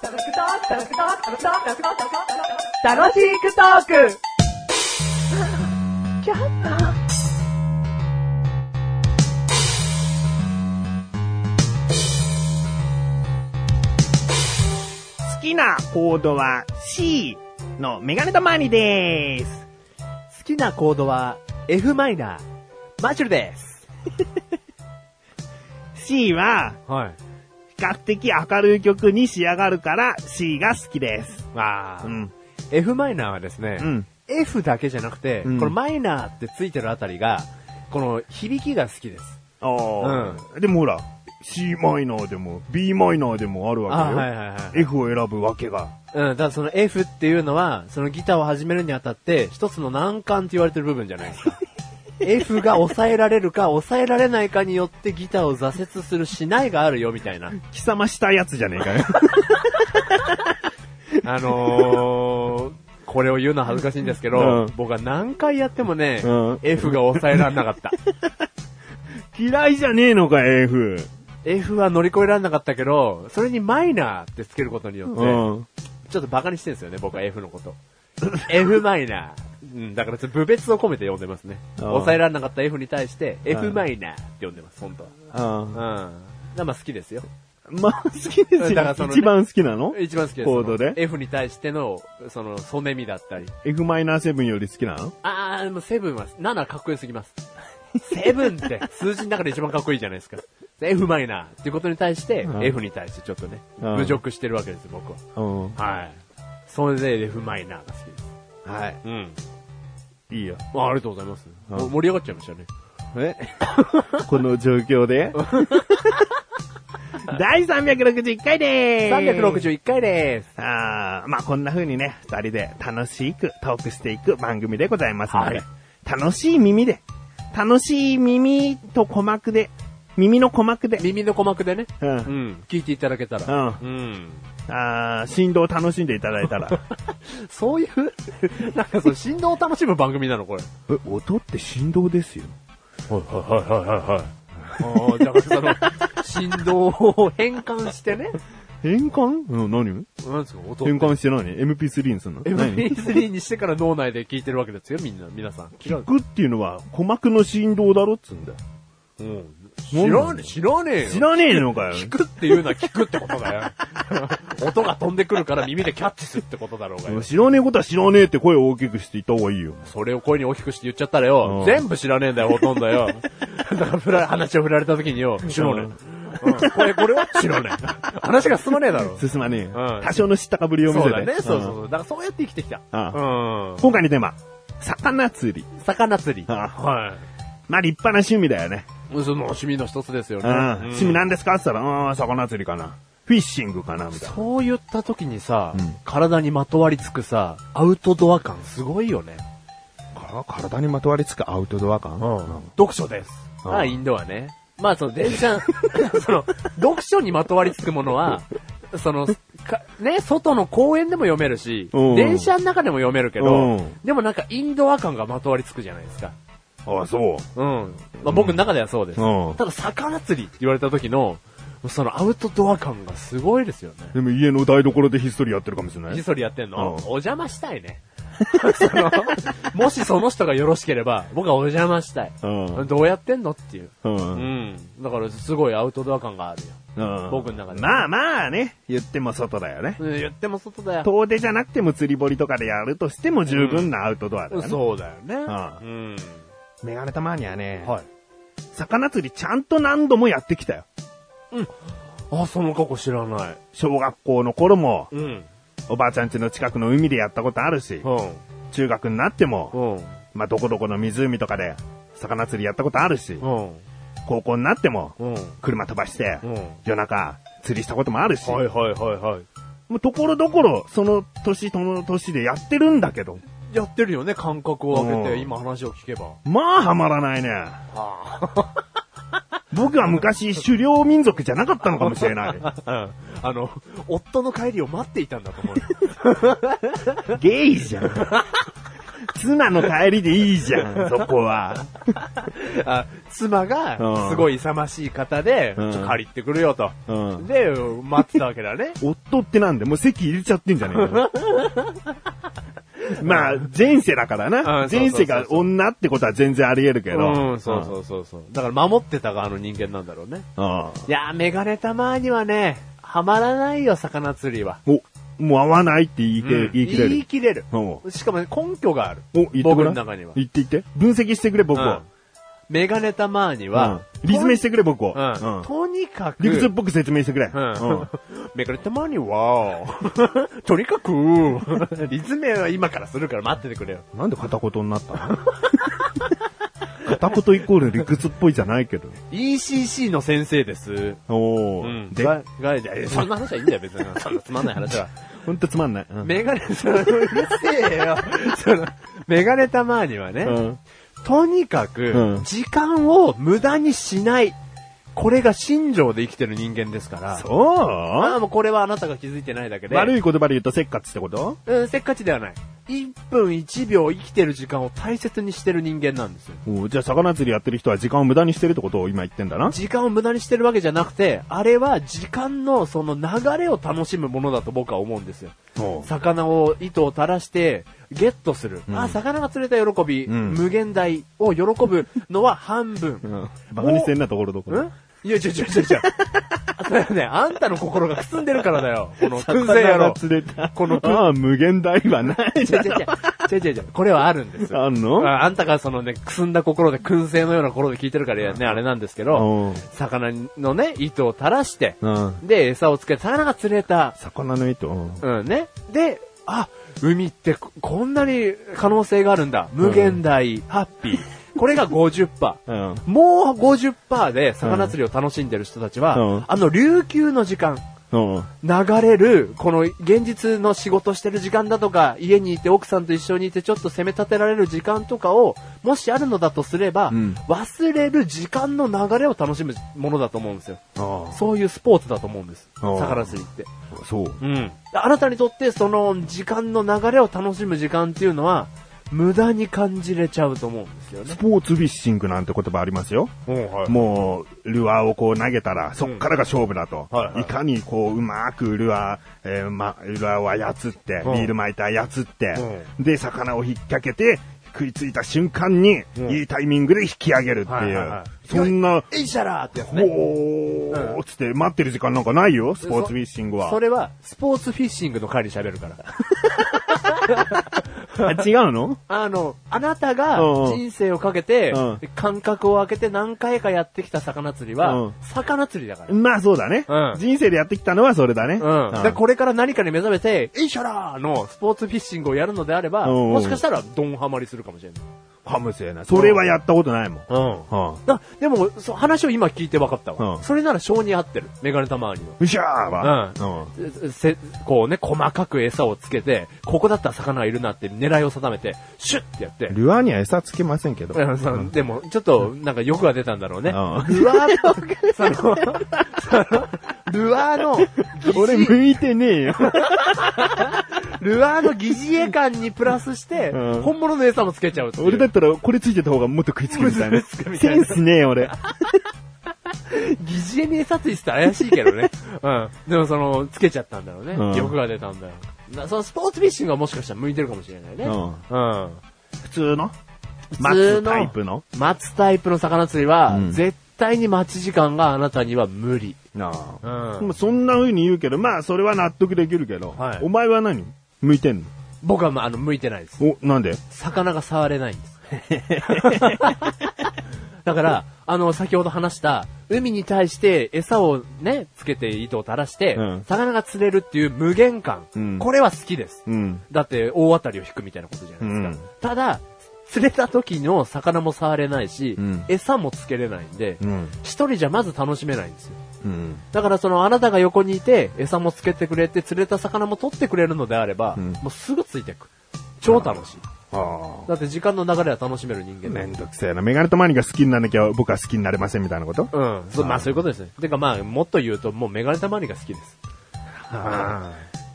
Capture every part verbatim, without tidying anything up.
楽しくトーク好きなコードは C のメガネとマーニーでーす。 好きなコードは F マイナー、マッシュルです。 C は、 はい。 比較的明るい曲に仕上がるから C が好きです。 ああ、 うん。 F マイナーはですね、 うん、 F だけじゃなくて、 うん、 このマイナーってついてるあたりが、この響きが好きです。 ああ、うん。でもほら、C マイナーでも B マイナーでもあるわけよ。 はいはいはい、 F を選ぶわけが。 うん、だからその F っていうのは、そのギターを始めるにあたって、一つの難関って言われてる部分じゃないですか。F が抑えられるか抑えられないかによってギターを挫折するしないがあるよみたいな。 貴様したやつじゃねえかよ。 あのー、これを言うのは恥ずかしいんですけど、うん、僕は何回やってもね、うん、F が抑えられなかった。 嫌いじゃねえのか F。 F は乗り越えられなかったけど、それにマイナーってつけることによって、うん、ちょっとバカにしてるんですよね、僕は F のこと。F マイナー。うん、だから部別を込めて呼んでますね。抑えられなかった F に対して F マイナーって呼んでます、本当は。うん。うん。だまあ好きですよ。 まあ好きですよ。だからその、ね、一番好きなの？ 一番好きです。 コードで F に対しての、その、ソネミだったり。 F マイナーセブンより好きなの？ あー、でもセブンは、ななかっこよすぎます。セブンって数字の中で一番かっこいいじゃないですか。F マイナーっていうことに対して、うん、F に対してちょっとね、侮辱してるわけです、僕は。うん、はい。それで F マイナーが好きです。 はい。うん。いいよ。 あ、ありがとうございます。盛り上がっちゃいましたね。 えこの状況でだいさんびゃくろくじゅういっかいでーす。 さんびゃくろくじゅういっかいでーす。 あー、まあこんな風にね、二人で楽しくトークしていく番組でございますので、はい、楽しい耳で、楽しい耳と鼓膜で、耳の鼓膜で。 耳の鼓膜でね。うん。うん。聞いていただけたら。うん。うん。 あー、振動を楽しんでいただいたら。 そういう、なんかその振動を楽しむ番組なのこれ。 え、音って振動ですよ。 はいはいはいはいはい。ああ、だからその、振動を変換してね。 変換？うん、何？ 何ですか音変換して何？ エムピースリー にするの？ エムピースリー にしてから脳内で聞いてるわけですよ、みんな、皆さん。 聞くっていうのは、鼓膜の振動だろっつうんだよ。 うん。知らねえ、知らねえよ。 知らねえのかよ。 聞くっていうのは聞くってことだよ。音が飛んでくるから耳でキャッチするってことだろうがよ。 知らねえことは知らねえって声を大きくして言った方がいいよ。 それを声に大きくして言っちゃったらよ、全部知らねえんだよ、ほとんどよ。だから振ら、話を振られた時によ、知らねえ。うん、これ、これは知らねえ。話が進まねえだろ。 進まねえよ。うん、多少の知ったかぶりを見せて。 そうだね、そうそうそう。だからそうやって生きてきた。 うん、今回のテーマ、魚釣り。 魚釣り。 はい。まあ立派な趣味だよね。 その趣味の一つですよね。 うん、趣味なんですかって言ったら、うん、魚釣りかな。フィッシングかなみたいな。 そう言った時にさ、うん、体にまとわりつくさ、アウトドア感すごいよね。 か体にまとわりつくアウトドア感、うんうん、読書です。うん、ああ、インドアね。まあ、その、電車、その、読書にまとわりつくものは、その、かね、外の公園でも読めるし、うん、電車の中でも読めるけど、うん、でもなんかインドア感がまとわりつくじゃないですか。 ああ、そう。 うん。まあ、僕の中ではそうです。うん、ただ、魚釣りって言われた時の、そのアウトドア感がすごいですよね。 でも家の台所でひっそりやってるかもしれない。 ひっそりやってんの、うん、お邪魔したいね。そのもしその人がよろしければ、僕はお邪魔したい。うん、どうやってんのっていう、うん。うん。だからすごいアウトドア感があるよ。うん、僕の中で。 まあまあね、言っても外だよね。 うん、言っても外だよ。 遠出じゃなくても釣り堀とかでやるとしても十分なアウトドアだよね。 うん、そうだよね。 うん。うんメガネたまにはね、はい、魚釣りちゃんと何度もやってきたよ。 うん。あ、その過去知らない。 小学校の頃も、うん、おばあちゃん家の近くの海でやったことあるし、うん、中学になっても、うん、まあどこどこの湖とかで魚釣りやったことあるし、うん、高校になっても、うん、車飛ばして、うん、夜中釣りしたこともあるし、 はいはいはいはい。 もうところどころその年その年でやってるんだけど。 やってるよね、感覚を上げて、今話を聞けば。 まあ、はまらないね。はあ、僕は昔、狩猟民族じゃなかったのかもしれない。うん、 あの、夫の帰りを待っていたんだと思う。 ゲイじゃん。 妻の帰りでいいじゃん、そこは。 あ、妻が、すごい勇ましい方で、うん、ちょ借りてくるよと、うん。で、待ってたわけだね。 夫ってなんで、もう席入れちゃってんじゃねえか。まあ、前世だからな。前世が女ってことは全然あり得るけど。 うん、そうそうそうそう。だから守ってた側の人間なんだろうね。うん、いやー、メガネたまにはね、はまらないよ、魚釣りは。 お、もう合わないって言い,、うん、言い切れる。 言い切れる。しかも、ね、根拠がある。 お、言って僕の中には。 言って言って。分析してくれ、僕を。うんメガネたまーには、 うん、リズムしてくれ、僕を、 うんうん。とにかく。 理屈っぽく説明してくれ。うんうん、メガネたまーには、とにかく、リズムは今からするから待っててくれよ。 なんで片言になったの片言イコール理屈っぽいじゃないけど。 イーシーシー の先生です。 おー。うん、 で、が、が、そんな話はいいんだよ、別に。そんなつまんない話は。 ほんとつまんない。うん、 メガネ、その、うるせえよ。その、メガネたまーにはね、うんとにかく、時間を無駄にしない。これが心情で生きてる人間ですから。 そうああ、もうこれはあなたが気づいてないだけで。 悪い言葉で言うとせっかちってこと？ うん、せっかちではない。いっぷんいちびょう生きてる時間を大切にしてる人間なんですよ。 おじゃあ魚釣りやってる人は時間を無駄にしてるってことを今言ってんだな。 時間を無駄にしてるわけじゃなくて、あれは時間のその流れを楽しむものだと僕は思うんですよ。魚を糸を垂らしてゲットする。うん、あ、魚が釣れた喜び、うん、無限大を喜ぶのは半分。うん、 バカにしてんなところどころ。 んいや、違う違う違う違う。それはね、あんたの心がくすんでるからだよ。この燻製野郎。 釣れた。この、ああ、無限大はないじゃん。違う違う違う違う違う。これはあるんですよ。 あんのあ, あんたがそのね、くすんだ心で燻製のような心で聞いてるからね、あれなんですけど、魚のね、糸を垂らして、うん、で、餌をつけて、魚が釣れた。 魚の糸、うん、 うんね。で、あ、海ってこんなに可能性があるんだ。無限大、うん、ハッピー。これが ごじゅっパーセント、うん。もう ごじゅっパーセント で魚釣りを楽しんでる人たちは、うん、あの琉球の時間、うん、流れる、この現実の仕事してる時間だとか、家にいて奥さんと一緒にいてちょっと攻め立てられる時間とかを、もしあるのだとすれば、うん、忘れる時間の流れを楽しむものだと思うんですよ。そういうスポーツだと思うんです。魚釣りって。 そう。 うん。あなたにとってその時間の流れを楽しむ時間っていうのは、無駄に感じれちゃうと思うんですよね。 スポーツフィッシングなんて言葉ありますよ。はい、もう、ルアーをこう投げたら、そっからが勝負だと。うんはいはい、いかにこう、うまくルアー、えー、ま、ルアーを操って、ビール巻いて操って、うん、で、魚を引っ掛けて、食いついた瞬間に、うん、いいタイミングで引き上げるっていう。はいはいはい、そんな、 えいしゃらーってやつね。 おー、うん、つって待ってる時間なんかないよ、スポーツフィッシングは。 そ, それは、スポーツフィッシングの回で喋るから。 あ、違うの？ あの、あなたが人生をかけて、うん、間隔を空けて何回かやってきた魚釣りは、うん、魚釣りだから。 まあそうだね、うん。人生でやってきたのはそれだね。 うん。でこれから何かに目覚めて、えいしゃらーのスポーツフィッシングをやるのであれば、うん、もしかしたらドンハマりするかもしれない。 かもしれない。それはやったことないもん。うん。 うん、だでもそ、話を今聞いて分かったわ。うん、それなら性に合ってる。メガネたまわりの。 うしゃーは。 うん。うん、せこうね、細かく餌をつけて、ここだったら魚がいるなって狙いを定めて、シュッってやって。 ルアーには餌つけませんけど。 うん、でも、ちょっと、なんか欲が出たんだろうね。うん、ルアーと、その、その、ルアーの、 俺向いてねえよ。 ルアーの疑似餌感にプラスして、うん、本物の餌もつけちゃうっていう。 俺だったらこれついてた方がもっと食いつくみたいな。センスねえ俺。 疑似餌に餌ついてたら怪しいけどね。うん。でもその、つけちゃったんだろうね。うん、欲が出たんだよ。そのスポーツフィッシングはもしかしたら向いてるかもしれないね。うん。うん、 普通の待つタイプの待つタイプの魚釣りは、うん、絶対に待ち時間があなたには無理。 ああ、うん、そんな風に言うけど、まあそれは納得できるけど、はい、お前は何向いてんの？ 僕は、まあ、あの向いてないです。 お、なんで？ 魚が触れないんです。だから、あの、先ほど話した、海に対して餌をね、つけて糸を垂らして、うん、魚が釣れるっていう無限感、うん、これは好きです、うん。だって、大当たりを引くみたいなことじゃないですか。うん、ただ、釣れた時の魚も触れないし、うん、餌もつけれないんで、うん、一人じゃまず楽しめないんですよ。うん、だからそのあなたが横にいて餌もつけてくれて釣れた魚も取ってくれるのであれば、うん、もうすぐついていく。超楽しい。あだって時間の流れは楽しめる人間めんどくせえな。メガネとマニが好きにならなきゃ僕は好きになれませんみたいなこと？ うん。そまあそういうことですね。てかまあもっと言うともうメガネとマニが好きです。 あい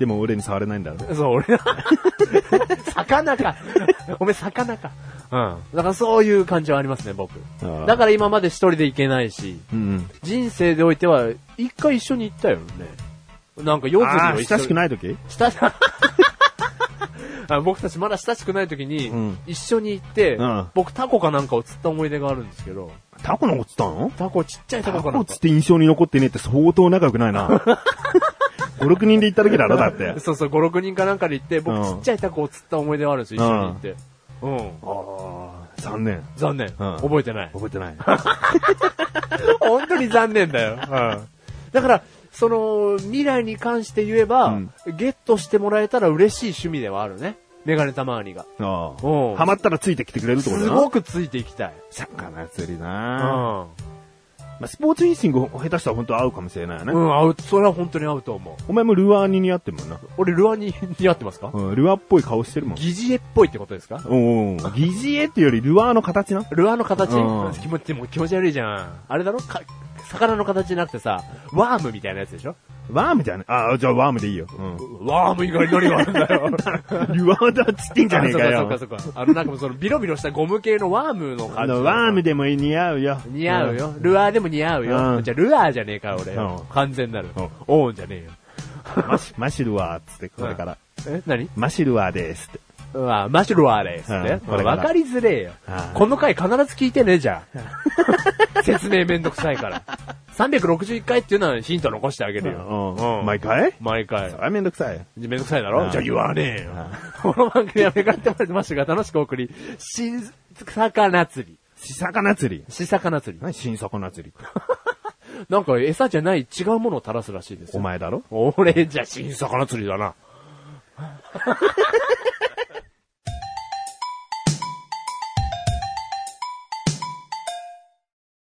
でも俺に触れないんだろ。 そう、俺、魚か。おめ魚か。うん。だからそういう感じはありますね、僕。だから今まで一人で行けないし、うん、人生でおいては、一回一緒に行ったよね。なんか夜釣りを一緒に。 親しくない時親しあ僕たちまだ親しくない時に、一緒に行って、うん、僕タコかなんかを釣った思い出があるんですけど。 タコの子釣ったの？ タコちっちゃいタコかな。 タコ釣って印象に残ってねえって相当仲良くないな。ご、ろくにんで行った時だろ、だって。 そうそう、ご、ろくにんかなんかで行って、僕ちっちゃいタコを釣った思い出があるんですよ、一緒に行って。うん。ああ、残念。 残念、うん。覚えてない。 覚えてない。 本当に残念だよ。うん。だから、その、未来に関して言えば、うん、ゲットしてもらえたら嬉しい趣味ではあるね。メガネたまわりが。 ああ。うん。ハマったらついてきてくれるってことだな。 すごくついていきたい。 魚釣りなうん。まあ、スポーツフィッシング下手したら本当合うかもしれないよね。 うん、合う。それは本当に合うと思う。 お前もルアーに似合ってるもんな。 俺ルアーに似合ってますか？ うん、ルアーっぽい顔してるもん。 疑似絵っぽいってことですか？ うん。疑似絵っていうよりルアーの形な。 ルアーの形、うん、気持ち、もう気持ち悪いじゃん。あれだろか魚の形じゃなくてさ、ワームみたいなやつでしょ？ ワームじゃねああ、じゃあワームでいいよ。 うん、ワーム以外に何があるんだよ。 ルアーだっつってんじゃねえかよ。 そうかそうかそうか。あのなんかもうそのビロビロしたゴム系のワームの感じ。あのワームでも似合うよ。 似合うよ。うん、ルアーでも似合うよ。うん、じゃあルアーじゃねえか俺。うん、完全なる。うん、オーンじゃねえよ。 マシ、マシルワーっつってこれから。 え何？ マシルワーですって。 うわ、マシュルワーですって。これ分かりづれえよ。この回必ず聞いてね、じゃあ。説明めんどくさいから。さんびゃくろくじゅういっかいっていうのはヒント残してあげるよ。 うんうん、毎回毎回。 それはめんどくさい。 めんどくさいだろ？じゃあ言わねえよ。この番組はめがれてまいりましたが、楽しくお送り、新魚釣り。 新魚釣り。 新魚釣り。 何新魚釣りって。 なんか餌じゃない違うものを垂らすらしいですよ。 お前だろ？ 俺じゃ新魚釣りだな。